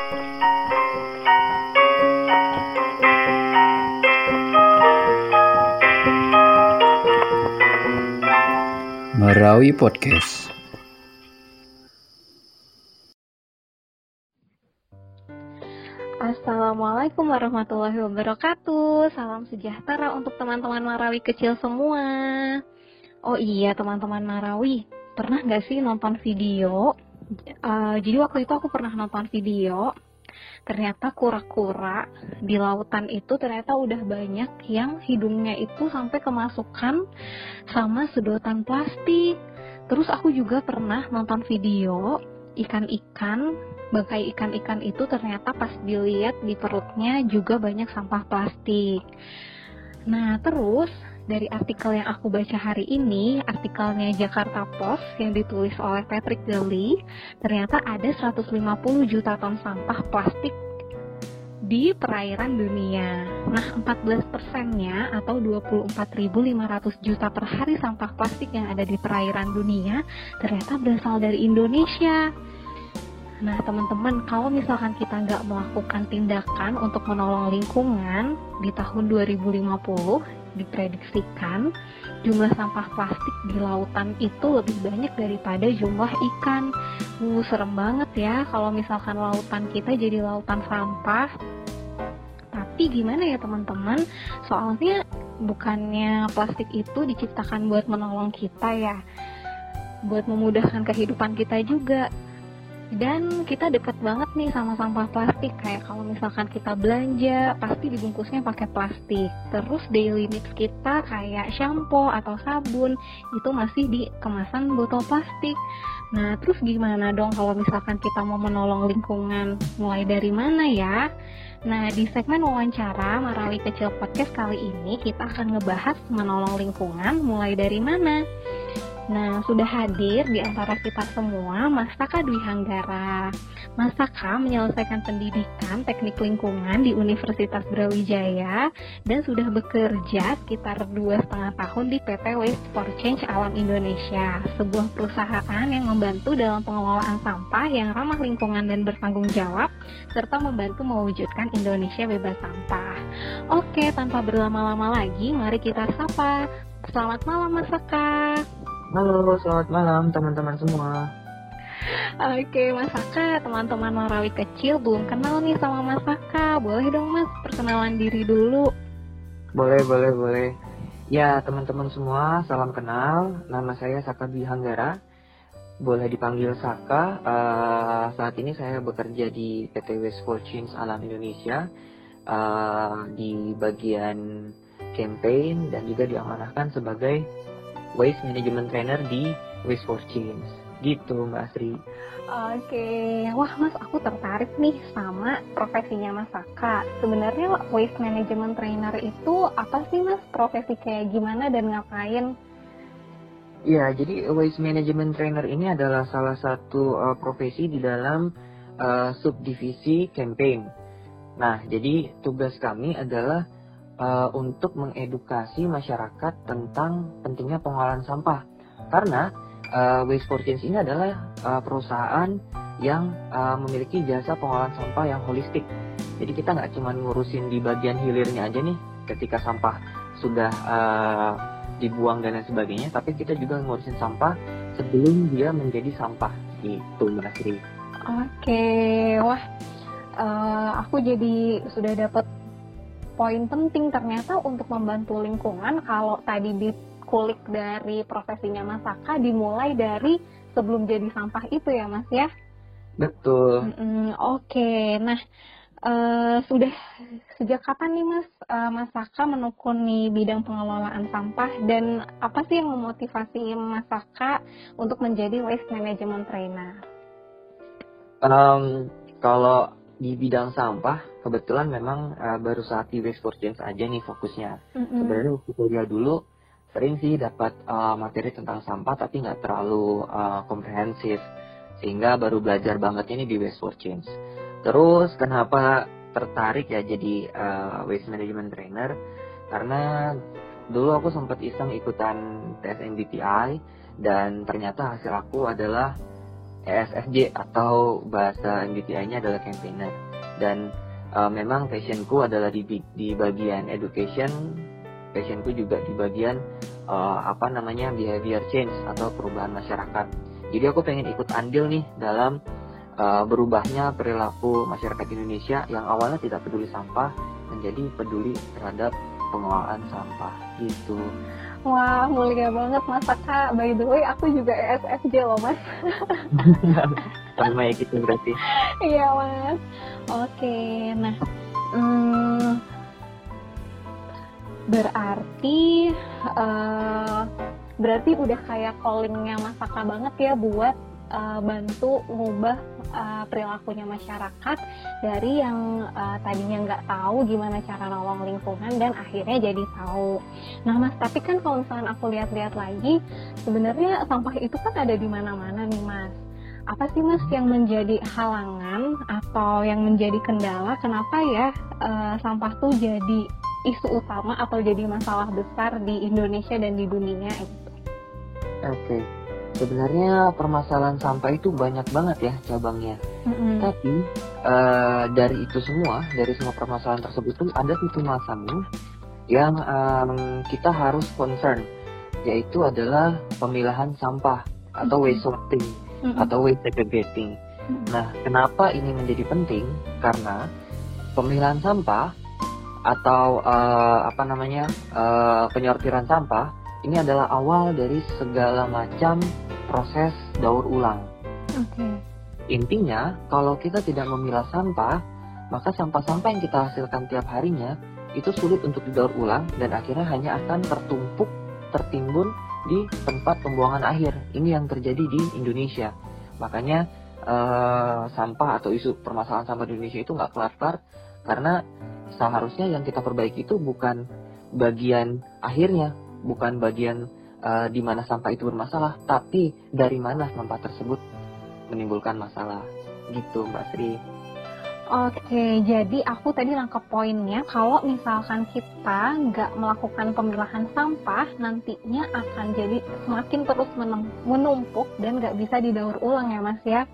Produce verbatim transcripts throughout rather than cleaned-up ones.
Marawi Podcast. Assalamualaikum warahmatullahi wabarakatuh. Salam sejahtera untuk teman-teman Marawi kecil semua. Oh iya teman-teman Marawi, pernah gak sih nonton video? Uh, jadi waktu itu aku pernah nonton video. Ternyata kura-kura di lautan itu ternyata udah banyak yang hidungnya itu sampai kemasukan sama sedotan plastik. Terus aku juga pernah nonton video ikan-ikan, bangkai ikan-ikan itu ternyata pas dilihat di perutnya juga banyak sampah plastik. Nah terus dari artikel yang aku baca hari ini, artikelnya Jakarta Post yang ditulis oleh Patrick Daly, ternyata ada seratus lima puluh juta ton sampah plastik di perairan dunia. Nah, empat belas persennya atau dua puluh empat ribu lima ratus juta per hari sampah plastik yang ada di perairan dunia ternyata berasal dari Indonesia. Nah, teman-teman, kalau misalkan kita nggak melakukan tindakan untuk menolong lingkungan di tahun dua ribu lima puluh, diprediksikan jumlah sampah plastik di lautan itu lebih banyak daripada jumlah ikan. Uh, serem banget ya kalau misalkan lautan kita jadi lautan sampah. Tapi gimana ya teman-teman, soalnya bukannya plastik itu diciptakan buat menolong kita ya, buat memudahkan kehidupan kita juga. Dan kita dekat banget nih sama sampah plastik. Kayak kalau misalkan kita belanja pasti dibungkusnya pakai plastik. Terus daily needs kita kayak shampoo atau sabun itu masih di kemasan botol plastik. Nah terus gimana dong kalau misalkan kita mau menolong lingkungan? Mulai dari mana ya? Nah di segmen wawancara Marawi Kecil Podcast kali ini kita akan ngebahas menolong lingkungan mulai dari mana. Nah, sudah hadir di antara kita semua Mas Saka Dwi Hanggara. Mas Saka menyelesaikan pendidikan teknik lingkungan di Universitas Brawijaya dan sudah bekerja sekitar dua setengah tahun di P T Waste for Change Alam Indonesia, sebuah perusahaan yang membantu dalam pengelolaan sampah yang ramah lingkungan dan bertanggung jawab, serta membantu mewujudkan Indonesia bebas sampah. Oke, tanpa berlama-lama lagi, mari kita sapa. Selamat malam Mas Saka. Halo, selamat malam teman-teman semua. Oke Mas Saka, teman-teman Marawi kecil belum kenal nih sama Mas Saka. Boleh dong Mas perkenalan diri dulu? Boleh, boleh, boleh. Ya teman-teman semua, salam kenal. Nama saya Saka Dwi Hanggara. Boleh dipanggil Saka. uh, Saat ini saya bekerja di P T Waste for Change Alam Indonesia, uh, di bagian campaign dan juga diamanahkan sebagai Waste Management Trainer di Waste for Change. Gitu Mbak Asri. Oke, wah Mas, aku tertarik nih sama profesinya Mas Saka. Sebenarnya Waste Management Trainer itu apa sih Mas? Profesi kayak gimana dan ngapain? Ya, jadi Waste Management Trainer ini adalah salah satu uh, profesi di dalam uh, subdivisi campaign. Nah, jadi tugas kami adalah Uh, untuk mengedukasi masyarakat tentang pentingnya pengolahan sampah, karena uh, Waste for Change ini adalah uh, perusahaan yang uh, memiliki jasa pengolahan sampah yang holistik. Jadi kita nggak cuma ngurusin di bagian hilirnya aja nih ketika sampah sudah uh, dibuang dan lain sebagainya, tapi kita juga ngurusin sampah sebelum dia menjadi sampah gitu Mbak Sri. Oke, wah uh, aku jadi sudah dapat poin penting ternyata untuk membantu lingkungan. Kalau tadi dikulik dari profesinya Mas Saka, dimulai dari sebelum jadi sampah itu ya Mas ya? Betul. Mm-mm, Oke, nah uh, sudah sejak kapan nih Mas uh, Mas Saka menekuni bidang pengelolaan sampah, dan apa sih yang memotivasi Mas Saka untuk menjadi Waste Management Trainer? Um, kalau di bidang sampah, kebetulan memang uh, baru saat di Waste for Change aja nih fokusnya. Mm-hmm. Sebenarnya waktu kuliah dulu sering sih dapat uh, materi tentang sampah, tapi nggak terlalu uh, komprehensif, sehingga baru belajar bangetnya nih di Waste for Change. Terus kenapa tertarik ya jadi uh, Waste Management Trainer? Karena dulu aku sempat iseng ikutan tes M B T I dan ternyata hasil aku adalah E S F J atau bahasa M B T I-nya adalah campaigner. Dan uh, memang passionku adalah di di bagian education, passionku juga di bagian uh, apa namanya behavior change atau perubahan masyarakat. Jadi aku pengen ikut andil nih dalam uh, berubahnya perilaku masyarakat Indonesia yang awalnya tidak peduli sampah menjadi peduli terhadap pengelolaan sampah gitu. Wah, mulia banget Mas Saka. By the way, aku juga E S F J loh Mas. Sama ya gitu berarti. Iya Mas. Oke, nah hmm, berarti uh, berarti udah kayak callingnya Mas Saka banget ya buat uh, bantu ngubah uh, perilakunya masyarakat dari yang uh, tadinya nggak tahu gimana cara nolong lingkungan dan akhirnya jadi tahu. Nah Mas, tapi kan kalau misalnya aku lihat-lihat lagi, sebenarnya sampah itu kan ada di mana-mana nih Mas. Apa sih Mas yang menjadi halangan atau yang menjadi kendala kenapa ya uh, sampah tuh jadi isu utama atau jadi masalah besar di Indonesia dan di dunia gitu? Oke. Sebenarnya permasalahan sampah itu banyak banget ya cabangnya. Mm-hmm. Tapi uh, dari itu semua, dari semua permasalahan tersebut tuh ada satu masalah yang um, kita harus concern, yaitu adalah pemilahan sampah atau waste sorting mm-hmm. atau waste segregating. Mm-hmm. Nah, kenapa ini menjadi penting? Karena pemilahan sampah atau uh, apa namanya uh, penyortiran sampah ini adalah awal dari segala macam proses daur ulang. Okay. Intinya, kalau kita tidak memilah sampah, maka sampah-sampah yang kita hasilkan tiap harinya itu sulit untuk didaur ulang dan akhirnya hanya akan tertumpuk, tertimbun di tempat pembuangan akhir. Ini yang terjadi di Indonesia. Makanya eh, sampah atau isu permasalahan sampah di Indonesia itu nggak kelar-kelar karena seharusnya yang kita perbaiki itu bukan bagian akhirnya, bukan bagian Uh, di mana sampah itu bermasalah, tapi dari mana sampah tersebut menimbulkan masalah, gitu Mbak Sri. Oke, jadi aku tadi nangkep poinnya, kalau misalkan kita nggak melakukan pemilahan sampah, nantinya akan jadi semakin terus menumpuk dan nggak bisa didaur ulang ya Mas ya?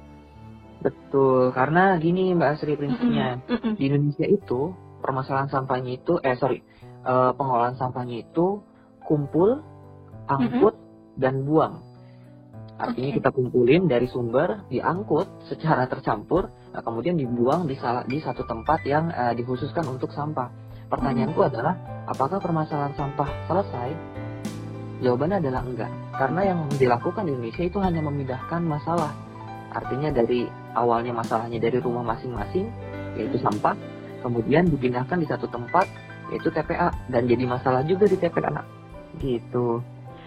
Betul, karena gini Mbak Sri prinsipnya, Mm-mm. di Indonesia itu permasalahan sampahnya itu, eh sorry, uh, pengolahan sampahnya itu kumpul, angkut mm-hmm. dan buang. Artinya okay. kita kumpulin dari sumber, diangkut secara tercampur, nah kemudian dibuang di, salah, di satu tempat yang uh, dikhususkan untuk sampah. Pertanyaanku mm-hmm. adalah, apakah permasalahan sampah selesai? Jawabannya adalah enggak. Karena yang dilakukan di Indonesia itu hanya memindahkan masalah. Artinya dari awalnya masalahnya dari rumah masing-masing, yaitu sampah, kemudian dipindahkan di satu tempat, yaitu T P A, dan jadi masalah juga di T P A. Gitu.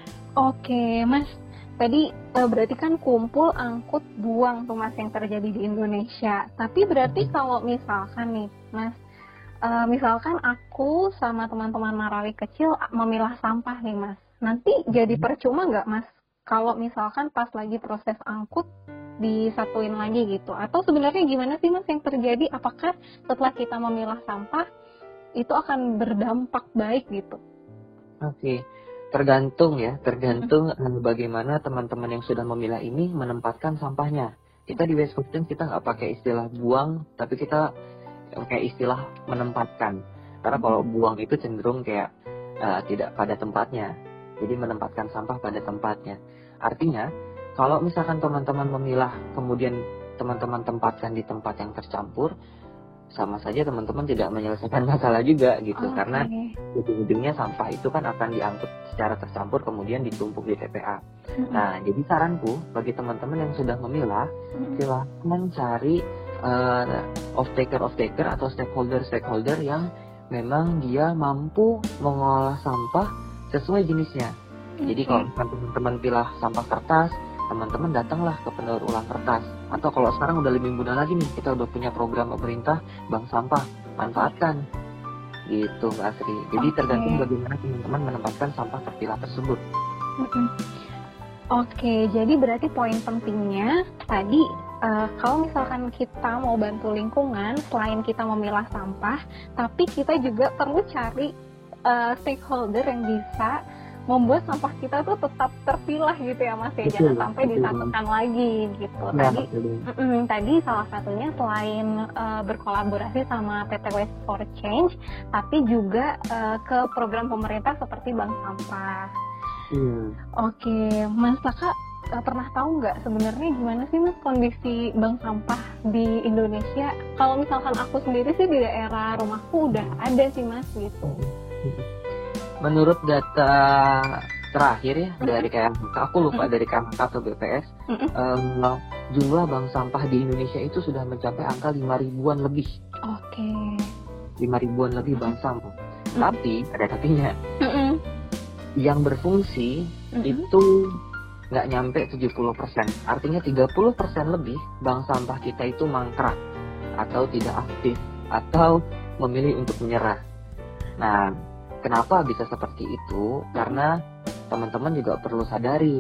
Oke, Mas. Tadi berarti kan kumpul, angkut, buang tuh Mas yang terjadi di Indonesia. Tapi berarti kalau misalkan nih, Mas, uh, misalkan aku sama teman-teman Marawi kecil memilah sampah nih, Mas. Nanti jadi percuma nggak, Mas? Kalau misalkan pas lagi proses angkut disatuin lagi gitu. Atau sebenarnya gimana sih Mas yang terjadi? Apakah setelah kita memilah sampah itu akan berdampak baik gitu? Oke. Tergantung ya, tergantung mm-hmm. bagaimana teman-teman yang sudah memilah ini menempatkan sampahnya. Kita di waste collection kita nggak pakai istilah buang, tapi kita pakai istilah menempatkan. Karena kalau buang itu cenderung kayak uh, tidak pada tempatnya. Jadi menempatkan sampah pada tempatnya. Artinya, kalau misalkan teman-teman memilah, kemudian teman-teman tempatkan di tempat yang tercampur, sama saja teman-teman tidak menyelesaikan masalah juga gitu. Okay. Karena ujung-ujungnya sampah itu kan akan diangkut secara tercampur kemudian ditumpuk di T P A. Mm-hmm. Nah, jadi saranku bagi teman-teman yang sudah memilah, mm-hmm. silahkan cari uh, off-taker off-taker atau stakeholder-stakeholder yang memang dia mampu mengolah sampah sesuai jenisnya. Okay. Jadi kalau teman-teman pilih sampah kertas, teman-teman datanglah ke pendaur ulang kertas. Atau kalau sekarang udah lebih mudah lagi nih, kita udah punya program pemerintah bank sampah, manfaatkan gitu Mbak Asri. Jadi okay. tergantung bagaimana teman-teman menempatkan sampah terpilah tersebut. Mm-hmm. Oke, okay, jadi berarti poin pentingnya tadi uh, kalau misalkan kita mau bantu lingkungan, selain kita memilah sampah, tapi kita juga perlu cari uh, stakeholder yang bisa membuat sampah kita tuh tetap terpilah gitu ya Mas ya, Betul, jangan sampai betul. disatukan lagi gitu. Ya, Tadi betul. mm-mm, tadi salah satunya selain uh, berkolaborasi sama P T Waste for Change, tapi juga uh, ke program pemerintah seperti Bank Sampah. Hmm. Oke, Mas Laka uh, pernah tahu nggak sebenarnya gimana sih Mas kondisi bank sampah di Indonesia? Kalau misalkan aku sendiri sih di daerah rumahku udah ada sih Mas gitu. Menurut data terakhir ya Mm-mm. dari K M K, aku lupa Mm-mm. dari K M K atau B P S, Mm-mm. em, jumlah bank sampah di Indonesia itu sudah mencapai angka lima ribuan lebih. Oke. lima ribuan lebih bank sampah. Mm. Tapi, ada tapinya, Mm-mm. yang berfungsi Mm-mm. itu nggak nyampe tujuh puluh persen. Artinya tiga puluh persen lebih bank sampah kita itu mangkrak atau tidak aktif atau memilih untuk menyerah. Nah, kenapa bisa seperti itu? Karena teman-teman juga perlu sadari,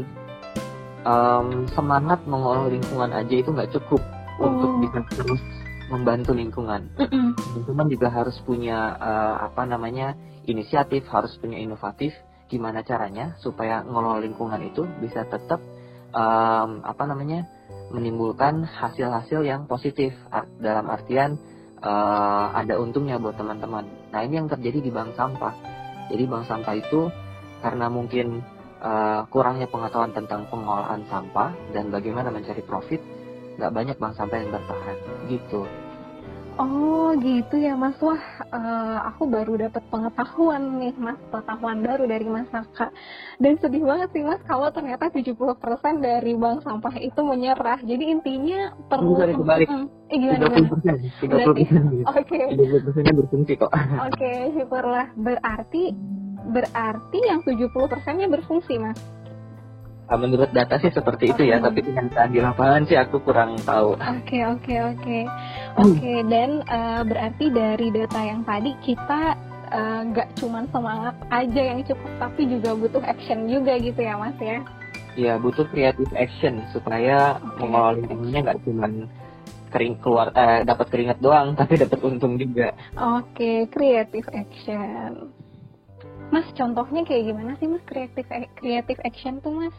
em, semangat mengolah lingkungan aja itu nggak cukup Oh. untuk bisa terus membantu lingkungan. Mm-mm. Teman-teman juga harus punya eh, apa namanya inisiatif, harus punya inovatif. Gimana caranya supaya ngelola lingkungan itu bisa tetap em, apa namanya menimbulkan hasil-hasil yang positif Ar- dalam artian eh, ada untungnya buat teman-teman. Nah, ini yang terjadi di bank sampah. Jadi bank sampah itu karena mungkin eh, kurangnya pengetahuan tentang pengolahan sampah dan bagaimana mencari profit, nggak banyak bank sampah yang bertahan gitu. Oh gitu ya Mas. Wah, eh, aku baru dapat pengetahuan nih Mas, pengetahuan baru dari Mas Laka. Dan sedih banget sih Mas kalau ternyata tujuh puluh persen dari bank sampah itu menyerah. Jadi intinya perlu Bisa dibalik. Mm-mm. Eh, gimana, tiga puluh gimana? persen, tiga puluh persen, Oke. tiga puluh persennya berfungsi kok. Oke, syukurlah. Berarti berarti yang tujuh puluh persennya berfungsi Mas. Nah, menurut data sih seperti itu ya, Oke. tapi kenyataan di lapangan sih aku kurang tahu. Oke, oke, oke. Oke, dan eh, berarti dari data yang tadi kita eh, nggak cuman semangat aja yang cukup, tapi juga butuh action juga gitu ya Mas ya. Ya, butuh creative action supaya Oke. mengelola lingkungannya nggak cuma kering keluar eh, dapat keringat doang, tapi dapat untung juga. Oke, creative action. Mas, contohnya kayak gimana sih Mas creative creative action tuh Mas?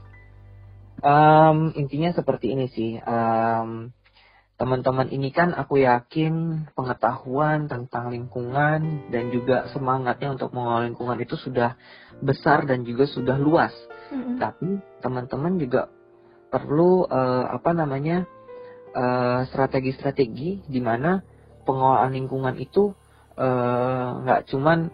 Em, intinya seperti ini sih. Em, teman-teman ini kan aku yakin pengetahuan tentang lingkungan dan juga semangatnya untuk mengelola lingkungan itu sudah besar dan juga sudah luas. Mm-mm. Tapi teman-teman juga perlu eh, apa namanya eh, strategi-strategi di mana pengelolaan lingkungan itu eh, nggak cuman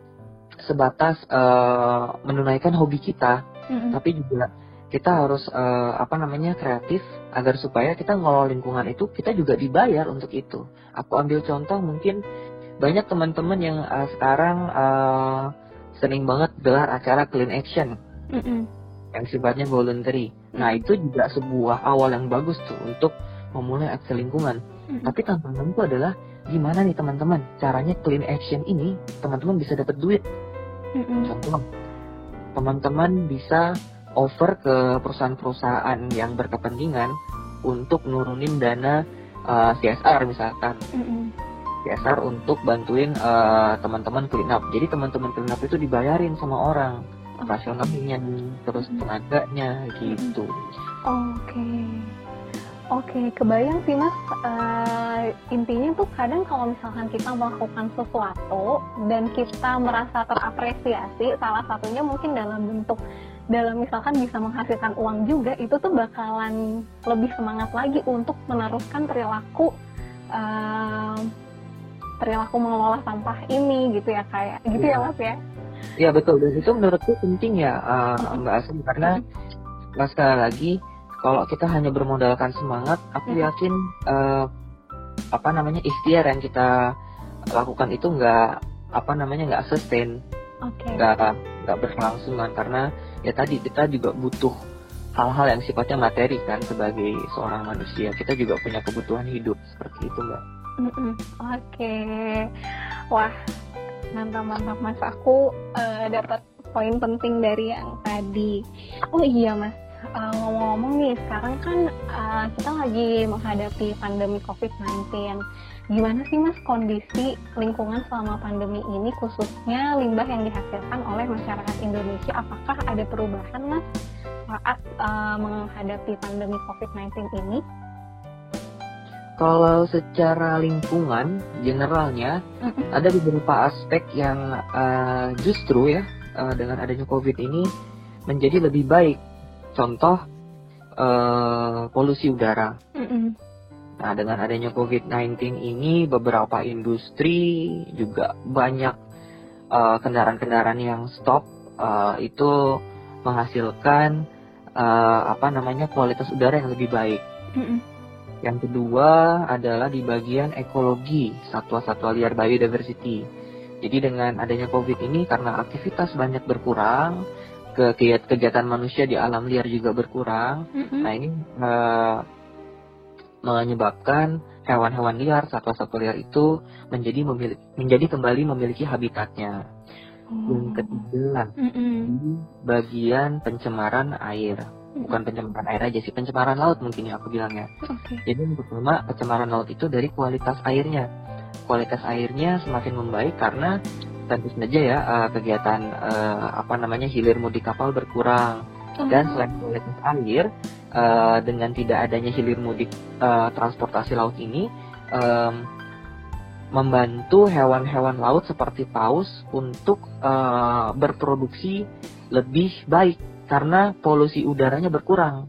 sebatas eh, menunaikan hobi kita, Mm-mm. tapi juga kita harus eh, apa namanya kreatif agar supaya kita ngelola lingkungan itu kita juga dibayar untuk itu. Aku ambil contoh mungkin banyak teman-teman yang eh, sekarang eh, sering banget gelar acara clean action Mm-mm. yang sifatnya voluntary. Nah, itu juga sebuah awal yang bagus tuh untuk memulai aksi lingkungan. Mm-mm. Tapi tantangan itu adalah gimana nih teman-teman caranya clean action ini teman-teman bisa dapat duit. Mm-mm. Contoh, teman-teman bisa offer ke perusahaan-perusahaan yang berkepentingan untuk nurunin dana uh, C S R misalkan. Mm-mm. C S R untuk bantuin uh, teman-teman clean up. Jadi teman-teman clean up itu dibayarin sama orang, operasionalnya, terus tenaganya gitu. Oke, oke, kebayang sih Mas. Eh, intinya tuh kadang kalau misalkan kita melakukan sesuatu dan kita merasa terapresiasi, salah satunya mungkin dalam bentuk dalam misalkan bisa menghasilkan uang juga, itu tuh bakalan lebih semangat lagi untuk meneruskan perilaku eh, perilaku mengelola sampah ini gitu ya, kayak gitu ya Mas ya. Iya betul, dan itu menurutku penting ya uh, Mbak Asri, karena nah, sekali lagi kalau kita hanya bermodalkan semangat, aku Mm. yakin uh, apa namanya ikhtiar yang kita lakukan itu nggak apa namanya nggak sustain, Oke. nggak nggak berkelangsungan, karena ya tadi kita juga butuh hal-hal yang sifatnya materi kan sebagai seorang manusia, kita juga punya kebutuhan hidup seperti itu Mbak. Mm-mm. Oke, wah mantap-mantap Mas. Aku eh, dapat poin penting dari yang tadi. Oh iya Mas, uh, ngomong-ngomong nih, sekarang kan uh, kita lagi menghadapi pandemi covid sembilan belas. Gimana sih Mas kondisi lingkungan selama pandemi ini, khususnya limbah yang dihasilkan oleh masyarakat Indonesia? Apakah ada perubahan Mas saat uh, menghadapi pandemi covid sembilan belas ini? Kalau secara lingkungan generalnya mm-hmm. ada beberapa aspek yang uh, justru ya uh, dengan adanya COVID ini menjadi lebih baik. Contoh uh, polusi udara. Mm-hmm. Nah, dengan adanya covid sembilan belas ini beberapa industri juga banyak uh, kendaraan-kendaraan yang stop uh, itu menghasilkan uh, apa namanya kualitas udara yang lebih baik. Mm-hmm. Yang kedua adalah di bagian ekologi, satwa-satwa liar, biodiversity. Jadi dengan adanya COVID ini karena aktivitas banyak berkurang, kegiatan manusia di alam liar juga berkurang. Mm-hmm. Nah ini uh, menyebabkan hewan-hewan liar, satwa-satwa liar itu menjadi memiliki, menjadi kembali memiliki habitatnya. Mm. Yang ketiga, mm-hmm. di bagian pencemaran air. Bukan pencemaran air aja sih, pencemaran laut mungkin ya aku bilangnya. Okay. Jadi yang pertama, pencemaran laut itu dari kualitas airnya. Kualitas airnya semakin membaik karena tentu saja ya uh, kegiatan uh, apa namanya hilir mudik kapal berkurang. Uh-huh. Dan selain kualitas air, uh, dengan tidak adanya hilir mudik uh, transportasi laut ini um, membantu hewan-hewan laut seperti paus untuk uh, berproduksi lebih baik. Karena polusi udaranya berkurang,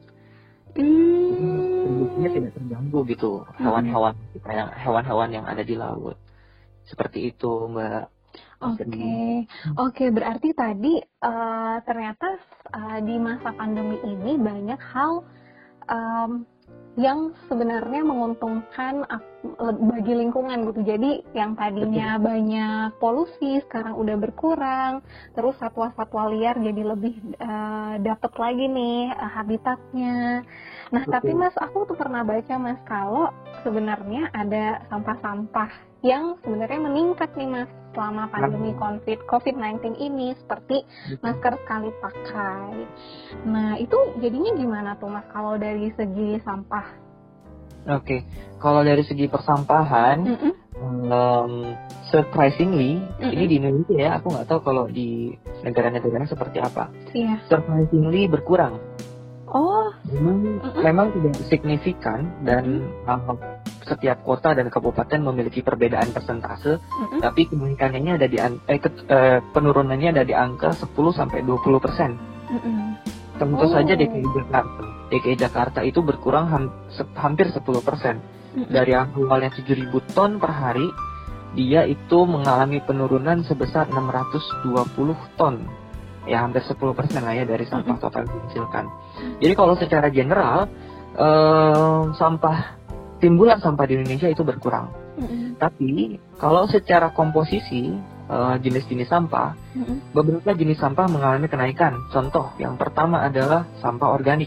hmm. produksinya tidak terganggu gitu, hewan-hewan kita yang hewan-hewan yang ada di laut, seperti itu Mbak. Oke, okay. oke okay, berarti tadi uh, ternyata uh, di masa pandemi ini banyak hal um, yang sebenarnya menguntungkan bagi lingkungan gitu. Jadi yang tadinya Betul. banyak polusi sekarang udah berkurang, terus satwa-satwa liar jadi lebih uh, dapat lagi nih uh, habitatnya. Nah Betul. Tapi Mas, aku tuh pernah baca Mas kalau sebenarnya ada sampah-sampah yang sebenarnya meningkat nih Mas selama pandemi COVID covid sembilan belas ini, seperti masker sekali pakai. Nah itu jadinya gimana tuh Mas kalau dari segi sampah? Oke, okay. Kalau dari segi persampahan, mm-hmm. um, surprisingly mm-hmm. ini di Indonesia ya, aku nggak tahu kalau di negara-negara seperti apa. Yeah. Surprisingly berkurang. Oh. Memang, mm-hmm. memang tidak signifikan dan mm-hmm. uh, setiap kota dan kabupaten memiliki perbedaan persentase, mm-hmm. tapi kenaikannya ada di eh, ke, eh, penurunannya ada di angka sepuluh sampai dua puluh persen. Mm-hmm. Tentu oh. saja D K I Jakarta, D K I Jakarta itu berkurang ham, se, hampir sepuluh persen. Mm-hmm. Dari awalnya tujuh ribu ton per hari, dia itu mengalami penurunan sebesar enam ratus dua puluh ton. Ya hampir sepuluh persen lah ya dari sampah mm-hmm. total dihasilkan. Jadi kalau secara general eh, sampah timbulan sampah di Indonesia itu berkurang. Mm-hmm. Tapi kalau secara komposisi uh, jenis-jenis sampah, mm-hmm. beberapa jenis sampah mengalami kenaikan. Contoh yang pertama adalah sampah organik.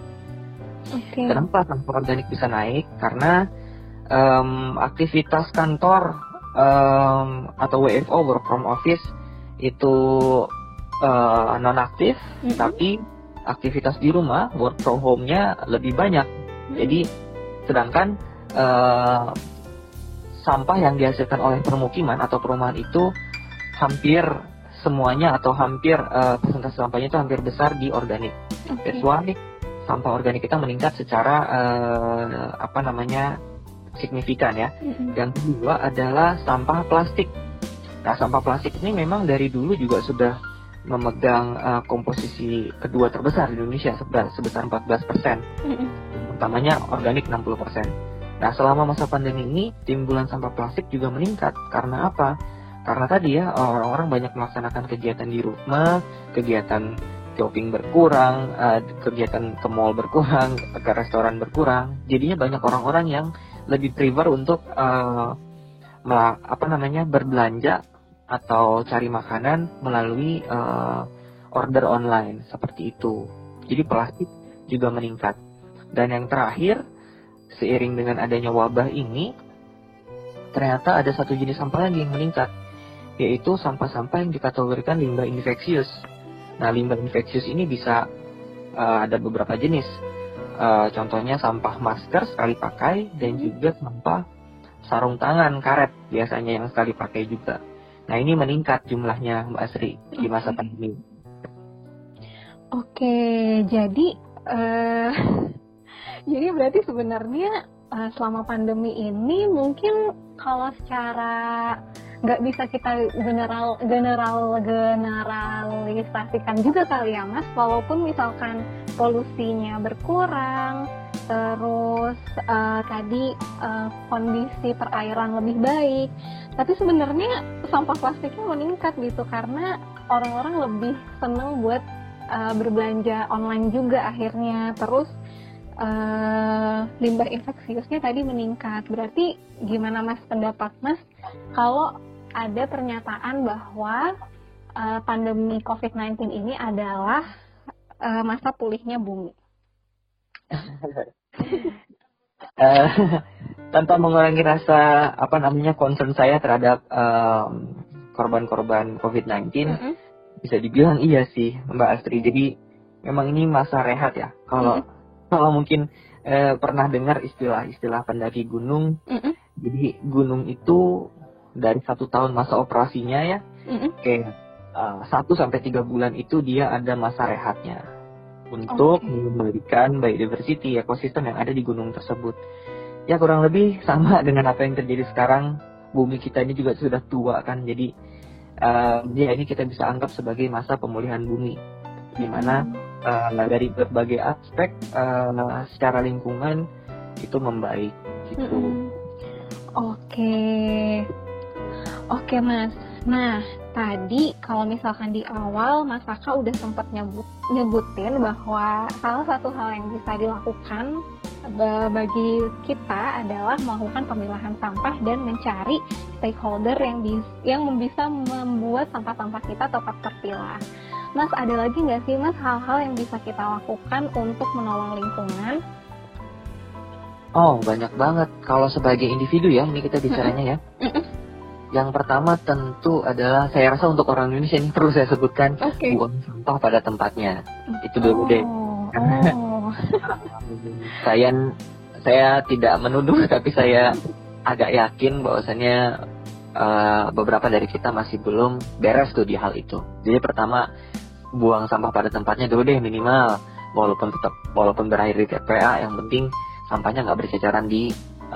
Okay. Kenapa sampah organik bisa naik? Karena um, aktivitas kantor um, atau W F O (work from office) itu uh, nonaktif, mm-hmm. tapi aktivitas di rumah work from home-nya lebih banyak. Mm-hmm. Jadi sedangkan uh, sampah yang dihasilkan oleh permukiman atau perumahan itu hampir semuanya atau hampir uh, persentase sampahnya itu hampir besar di organik. Okay. That's why sampah organik kita meningkat secara uh, apa namanya signifikan ya. Mm-hmm. Yang kedua adalah sampah plastik. Nah sampah plastik ini memang dari dulu juga sudah memegang uh, komposisi kedua terbesar di Indonesia sebesar, sebesar empat belas persen. Mm-hmm. Utamanya organik enam puluh persen. Nah, selama masa pandemi ini, timbulan sampah plastik juga meningkat. Karena apa? Karena tadi ya, orang-orang banyak melaksanakan kegiatan di rumah, kegiatan shopping berkurang, uh, kegiatan ke mall berkurang, ke restoran berkurang. Jadinya banyak orang-orang yang lebih prefer untuk uh, melak- apa namanya berbelanja atau cari makanan melalui uh, order online seperti itu. Jadi plastik juga meningkat. Dan yang terakhir, seiring dengan adanya wabah ini, ternyata ada satu jenis sampah lagi yang meningkat, yaitu sampah-sampah yang dikategorikan limbah infeksius. Nah, limbah infeksius ini bisa uh, ada beberapa jenis. Uh, contohnya sampah masker sekali pakai dan juga sampah sarung tangan karet biasanya yang sekali pakai juga. Nah ini meningkat jumlahnya Mbak Asri di masa pandemi. Oke, jadi uh, jadi berarti sebenarnya uh, selama pandemi ini mungkin kalau secara nggak bisa kita general general generalisasikan juga kali ya Mas, walaupun misalkan polusinya berkurang, terus uh, tadi uh, kondisi perairan lebih baik, tapi sebenarnya sampah plastiknya meningkat gitu karena orang-orang lebih seneng buat uh, berbelanja online juga akhirnya, terus uh, limbah infeksiusnya tadi meningkat. Berarti gimana Mas pendapat Mas kalau ada pernyataan bahwa uh, pandemi covid sembilan belas ini adalah uh, masa pulihnya bumi? uh, tanpa mengurangi rasa apa namanya concern saya terhadap um, korban-korban covid sembilan belas, mm-hmm. bisa dibilang iya sih Mbak Astri. Jadi memang ini masa rehat ya. Kalau mm-hmm. kalau mungkin uh, pernah dengar istilah-istilah pendaki gunung, mm-hmm. jadi gunung itu dari satu tahun masa operasinya ya, mm-hmm. kayak uh, satu sampai tiga bulan itu dia ada masa rehatnya untuk okay. mengembalikan biodiversity ekosistem yang ada di gunung tersebut. Ya kurang lebih sama dengan apa yang terjadi sekarang. Bumi kita ini juga sudah tua kan, jadi uh, ya ini kita bisa anggap sebagai masa pemulihan bumi, di mana uh, dari berbagai aspek uh, secara lingkungan itu membaik gitu. Mm-hmm. Oke. Okay. Oke Mas, nah tadi kalau misalkan di awal Mas Saka udah sempat nyebut, nyebutin bahwa salah satu hal yang bisa dilakukan bagi kita adalah melakukan pemilahan sampah dan mencari stakeholder yang, bis, yang bisa membuat sampah-sampah kita tepat terpilah. Mas, ada lagi nggak sih Mas hal-hal yang bisa kita lakukan untuk menolong lingkungan? Oh banyak banget, kalau sebagai individu ya, ini kita bicaranya ya. Yang pertama tentu adalah, saya rasa untuk orang Indonesia ini perlu saya sebutkan, okay. buang sampah pada tempatnya. Itu dulu deh. Oh. saya saya tidak menuduh, tapi saya agak yakin bahwasannya uh, beberapa dari kita masih belum beres tuh di hal itu. Jadi pertama, buang sampah pada tempatnya dulu deh minimal. Walaupun tetap walaupun berakhir di T P A, yang penting sampahnya nggak berceceran di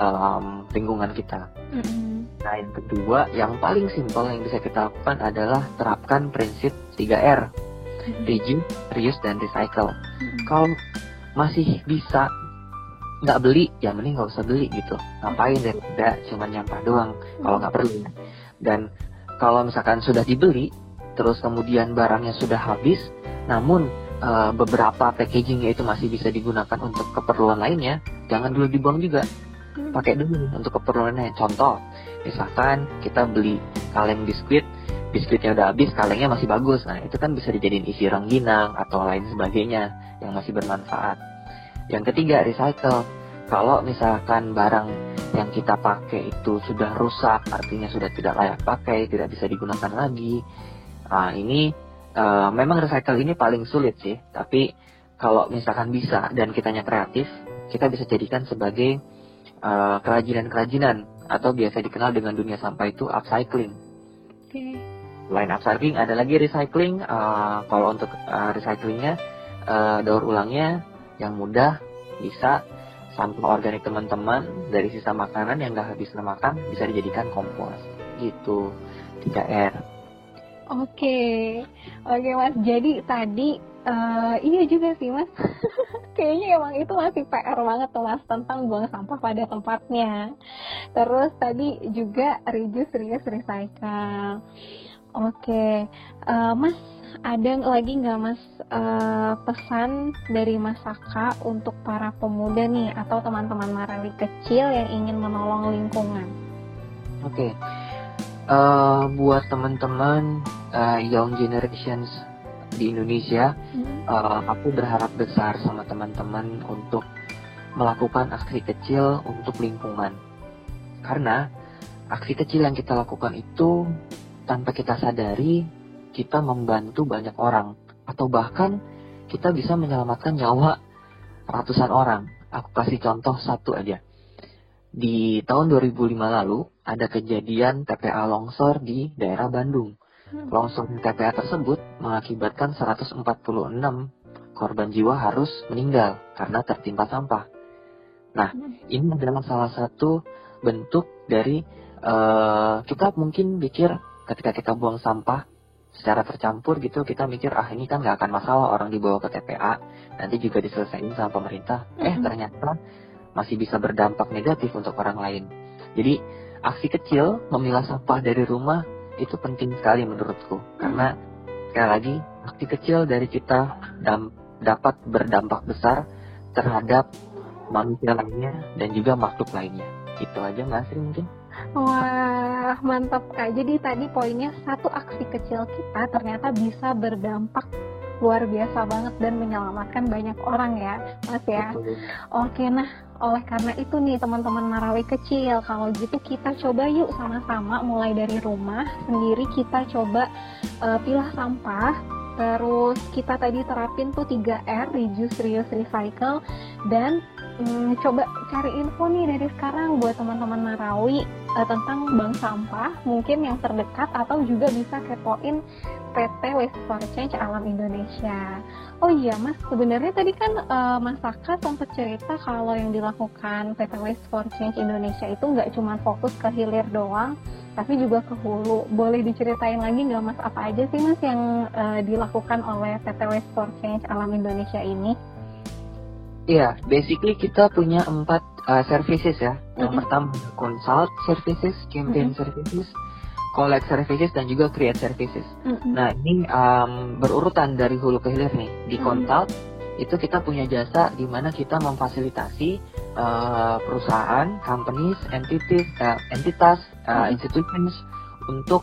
um, lingkungan kita. Mm-hmm. Nah yang kedua, yang paling simpel yang bisa kita lakukan adalah terapkan prinsip tiga R, mm-hmm. reduce, reuse, dan recycle. Mm-hmm. Kalau masih bisa nggak beli, ya mending nggak usah beli gitu. Ngapain daripada cuma nyampah doang mm-hmm. kalau nggak perlu. Dan kalau misalkan sudah dibeli, terus kemudian barangnya sudah habis, namun uh, beberapa packagingnya itu masih bisa digunakan untuk keperluan lainnya, jangan dulu dibuang juga. Pakai dulu untuk keperluannya. Contoh, misalkan kita beli kaleng biskuit, biskuitnya udah habis, kalengnya masih bagus. Nah itu kan bisa dijadiin isi rengginang atau lain sebagainya yang masih bermanfaat. Yang ketiga, recycle. Kalau misalkan barang yang kita pakai itu sudah rusak, artinya sudah tidak layak pakai, tidak bisa digunakan lagi. Nah ini uh, memang recycle ini paling sulit sih. Tapi kalau misalkan bisa dan kitanya kreatif, kita bisa jadikan sebagai Uh, kerajinan-kerajinan atau biasa dikenal dengan dunia sampah itu upcycling. Okay. Selain upcycling ada lagi recycling. Uh, kalau untuk uh, recyclingnya uh, daur ulangnya yang mudah, bisa sampah organik teman-teman dari sisa makanan yang nggak habis makan bisa dijadikan kompos. Gitu, tiga R. Oke, okay. oke okay, Mas. Jadi tadi uh, iya juga sih Mas. Kayaknya emang itu masih P R banget tuh Mas tentang buang sampah pada tempatnya. Terus tadi juga reduce, reuse, recycle. Oke, okay. uh, Mas ada lagi nggak Mas uh, pesan dari Mas Saka untuk para pemuda nih atau teman-teman Marawi kecil yang ingin menolong lingkungan? Oke, okay. uh, buat teman-teman uh, young generations di Indonesia, hmm. uh, aku berharap besar sama teman-teman untuk melakukan aksi kecil untuk lingkungan. Karena aksi kecil yang kita lakukan itu tanpa kita sadari, kita membantu banyak orang. Atau bahkan kita bisa menyelamatkan nyawa ratusan orang. Aku kasih contoh satu aja. Di tahun dua ribu lima lalu, ada kejadian T P A longsor di daerah Bandung. Longsor di T P A tersebut mengakibatkan seratus empat puluh enam korban jiwa harus meninggal karena tertimpa sampah. Nah, ini adalah salah satu bentuk dari uh, kita mungkin pikir ketika kita buang sampah secara tercampur gitu, kita mikir ah ini kan gak akan masalah orang dibawa ke T P A, nanti juga diselesaikan sama pemerintah. Eh ternyata masih bisa berdampak negatif untuk orang lain. Jadi aksi kecil memilah sampah dari rumah itu penting sekali menurutku, karena sekali lagi aksi kecil dari kita dam- dapat berdampak besar terhadap manusia lainnya dan juga makhluk lainnya. Itu aja Mbak Asri mungkin. Wah, mantap Kak. Jadi tadi poinnya, satu aksi kecil kita ternyata bisa berdampak luar biasa banget dan menyelamatkan banyak orang ya Mas ya. Betul. Oke, nah oleh karena itu nih teman-teman Marawi kecil, kalau gitu kita coba yuk sama-sama mulai dari rumah sendiri, kita coba uh, pilah sampah. Terus kita tadi terapin tuh tiga R, reduce, reuse, recycle. Dan hmm, coba cari info nih dari sekarang buat teman-teman Marawi uh, tentang bank sampah mungkin yang terdekat, atau juga bisa kepoin P T Waste for Change Alam Indonesia. Oh iya Mas, sebenarnya tadi kan uh, Mas Saka sempat cerita kalau yang dilakukan P T Waste for Change Indonesia itu nggak cuma fokus ke hilir doang, tapi juga ke hulu. Boleh diceritain lagi nggak Mas, apa aja sih Mas yang uh, dilakukan oleh P T Waste for Change Alam Indonesia ini? Iya, yeah, basically kita punya empat uh, services ya. Yang Mm-hmm. pertama consult services, campaign Mm-hmm. services, collect services, dan juga create services. Mm-hmm. Nah ini um, berurutan dari hulu ke hilir nih. Di Mm-hmm. consult itu kita punya jasa di mana kita memfasilitasi uh, perusahaan, companies, entities, uh, entitas, uh, Mm-hmm. institutions untuk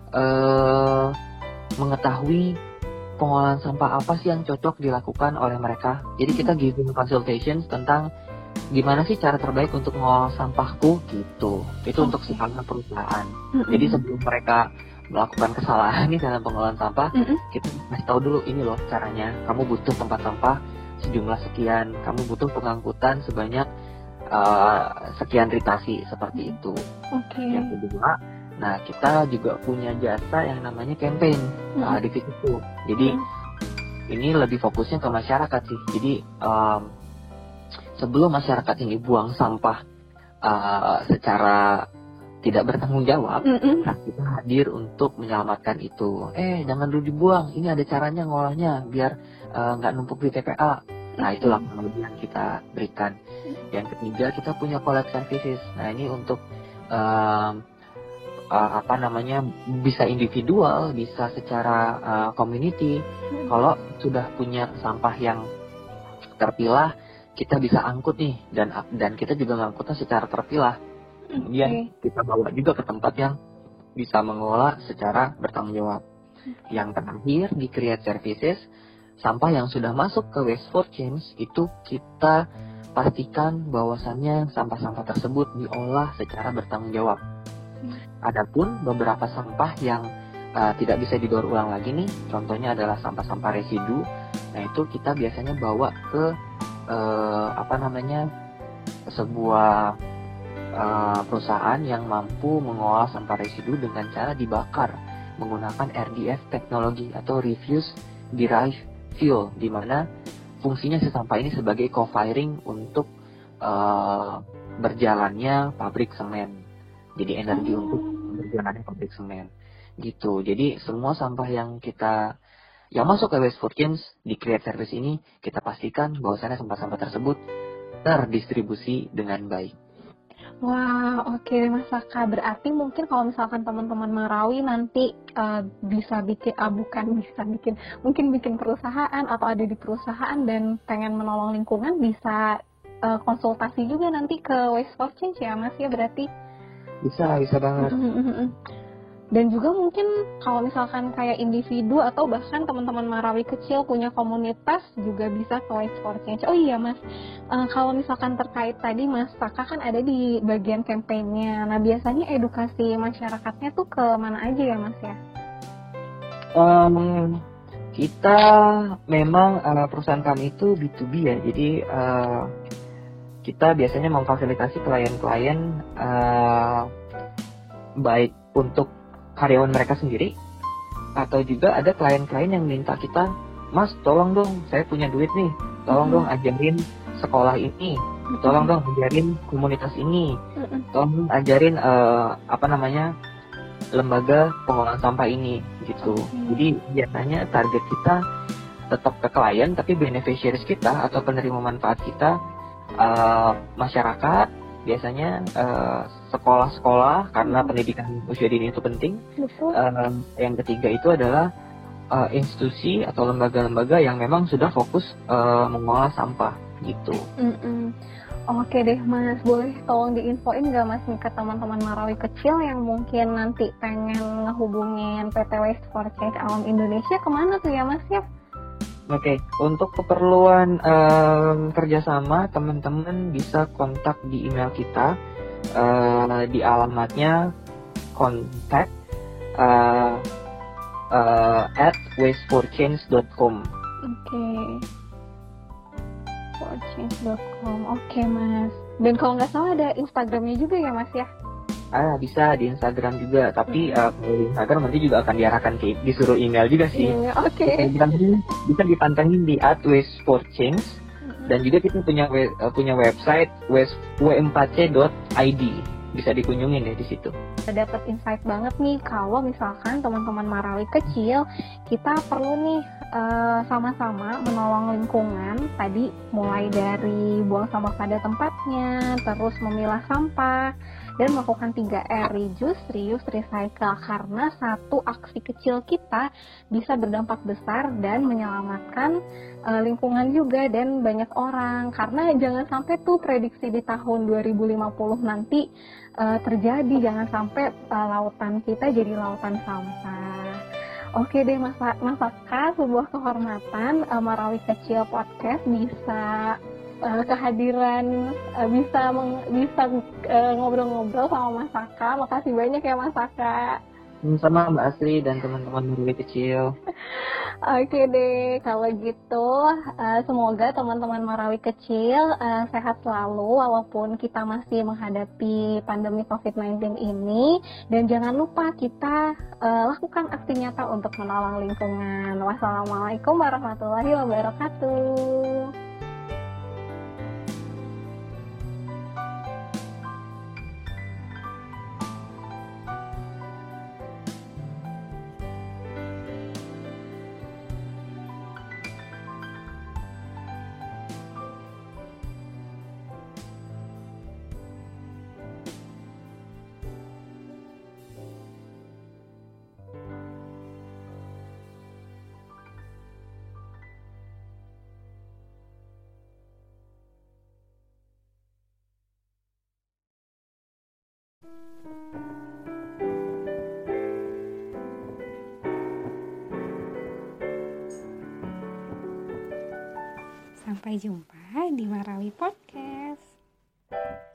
uh, mengetahui pengolahan sampah apa sih yang cocok dilakukan oleh mereka. Jadi kita giving consultations tentang gimana sih cara terbaik untuk mengolah sampahku gitu. Itu Oh. untuk skala perusahaan. Mm-hmm. Jadi sebelum mereka melakukan kesalahan nih dalam pengolahan sampah, Mm-hmm. kita kasih tahu dulu ini loh caranya. Kamu butuh tempat sampah sejumlah sekian, kamu butuh pengangkutan sebanyak uh, sekian ritasi seperti itu. Oke. Okay. Yang kedua, nah kita juga punya jasa yang namanya campaign Mm-hmm. uh, di situ. Jadi mm-hmm. ini lebih fokusnya ke masyarakat sih. Jadi um, sebelum masyarakat ini buang sampah uh, secara tidak bertanggung jawab, Mm-hmm. nah kita hadir untuk menyelamatkan itu. Eh jangan dulu dibuang, ini ada caranya ngolahnya biar nggak uh, numpuk di T P A. Nah itulah kemudian kita berikan. Yang ketiga kita punya collect services. Nah ini untuk um, uh, apa namanya bisa individual, bisa secara uh, community. Mm-hmm. Kalau sudah punya sampah yang terpilah, kita bisa angkut nih, dan dan kita juga ngangkutnya secara terpilah. Kemudian okay. kita bawa juga ke tempat yang bisa mengolah secara bertanggung jawab. Yang terakhir di create services, sampah yang sudah masuk ke Waste for Change itu kita pastikan bahwasannya sampah-sampah tersebut diolah secara bertanggung jawab. Adapun beberapa sampah yang uh, tidak bisa didaur ulang lagi nih, contohnya adalah sampah-sampah residu. Nah itu kita biasanya bawa ke uh, apa namanya sebuah uh, perusahaan yang mampu mengolah sampah residu dengan cara dibakar menggunakan R D F teknologi atau Refuse Derived Fuel, di mana fungsinya si sampah ini sebagai co-firing untuk uh, berjalannya pabrik semen. Jadi energi hmm. untuk berjalannya pabrik semen gitu. Jadi semua sampah yang kita yang masuk ke Waste for Change di Create Service ini, kita pastikan bahwasannya sampah-sampah tersebut terdistribusi dengan baik. Wah, oke okay, Mas Saka. Berarti mungkin kalau misalkan teman-teman Marawi nanti uh, bisa bikin, uh, bukan bisa bikin, mungkin bikin perusahaan atau ada di perusahaan dan pengen menolong lingkungan, bisa uh, konsultasi juga nanti ke Waste for Change ya Mas ya berarti? Bisa, bisa banget. Dan juga mungkin kalau misalkan kayak individu atau bahkan teman-teman Marawi kecil punya komunitas juga bisa ke Waste for Change. Oh iya Mas, uh, kalau misalkan terkait tadi Mas Saka kan ada di bagian kampanye. Nah biasanya edukasi masyarakatnya tuh ke mana aja ya Mas ya? Um, Kita memang uh, perusahaan kami itu B to B ya, jadi uh, kita biasanya memfasilitasi klien-klien uh, baik untuk karyawan mereka sendiri atau juga ada klien-klien yang minta kita, Mas tolong dong saya punya duit nih, tolong Mm-mm. dong ajarin sekolah ini, tolong dong ajarin komunitas ini, Mm-mm. tolong dong ajarin uh, apa namanya lembaga pengolahan sampah ini gitu. Hmm. Jadi biasanya target kita tetap ke klien, tapi beneficiaries kita atau penerima manfaat kita uh, masyarakat, biasanya uh, sekolah-sekolah karena Hmm. pendidikan usia dini itu penting. Betul. Uh, yang ketiga itu adalah uh, institusi atau lembaga-lembaga yang memang sudah fokus uh, mengolah sampah gitu. Mm-mm. Oke deh Mas, boleh tolong diinfoin nggak Mas nih ke teman-teman Marawi kecil yang mungkin nanti pengen ngehubungin P T Waste for Change Alam Indonesia, kemana tuh ya Mas ya? Oke, untuk keperluan um, kerjasama teman-teman bisa kontak di email kita uh, di alamatnya contact uh, uh, at waste for change dot com. Oke. for change dot com. Oke Mas. Dan kalau nggak salah ada Instagramnya juga ya Mas ya? Ah, bisa di Instagram juga, tapi uh, kalau di Instagram nanti juga akan diarahkan ke disuruh email juga sih. Iya, oke. Bisa dipantengin, bisa dipantengin di at waste for change, dan juga kita punya we, uh, punya website waste w empat c dot i d, bisa dikunjungin ya di situ. Dapat insight banget nih kalau misalkan teman-teman Marawi kecil kita perlu nih uh, sama-sama menolong lingkungan, tadi mulai dari buang sampah pada tempatnya, terus memilah sampah, dan melakukan tiga R, reduce, reuse, recycle, karena satu aksi kecil kita bisa berdampak besar dan menyelamatkan uh, lingkungan juga dan banyak orang. Karena jangan sampai tuh prediksi di tahun dua ribu lima puluh nanti uh, terjadi, jangan sampai uh, lautan kita jadi lautan sampah. Oke deh Mas, Mas Aka, sebuah kehormatan uh, Marawi Kecil Podcast bisa uh, kehadiran, uh, bisa meng, bisa uh, ngobrol-ngobrol sama Mas Aka. Makasih banyak ya Mas Aka. Sama Mbak Asri dan teman-teman Marawi Kecil. Oke deh, kalau gitu uh, semoga teman-teman Marawi Kecil uh, sehat selalu walaupun kita masih menghadapi pandemi covid sembilan belas ini, dan jangan lupa kita uh, lakukan aksi nyata untuk menolong lingkungan. Wassalamualaikum warahmatullahi wabarakatuh. Sampai jumpa di Marawi Podcast.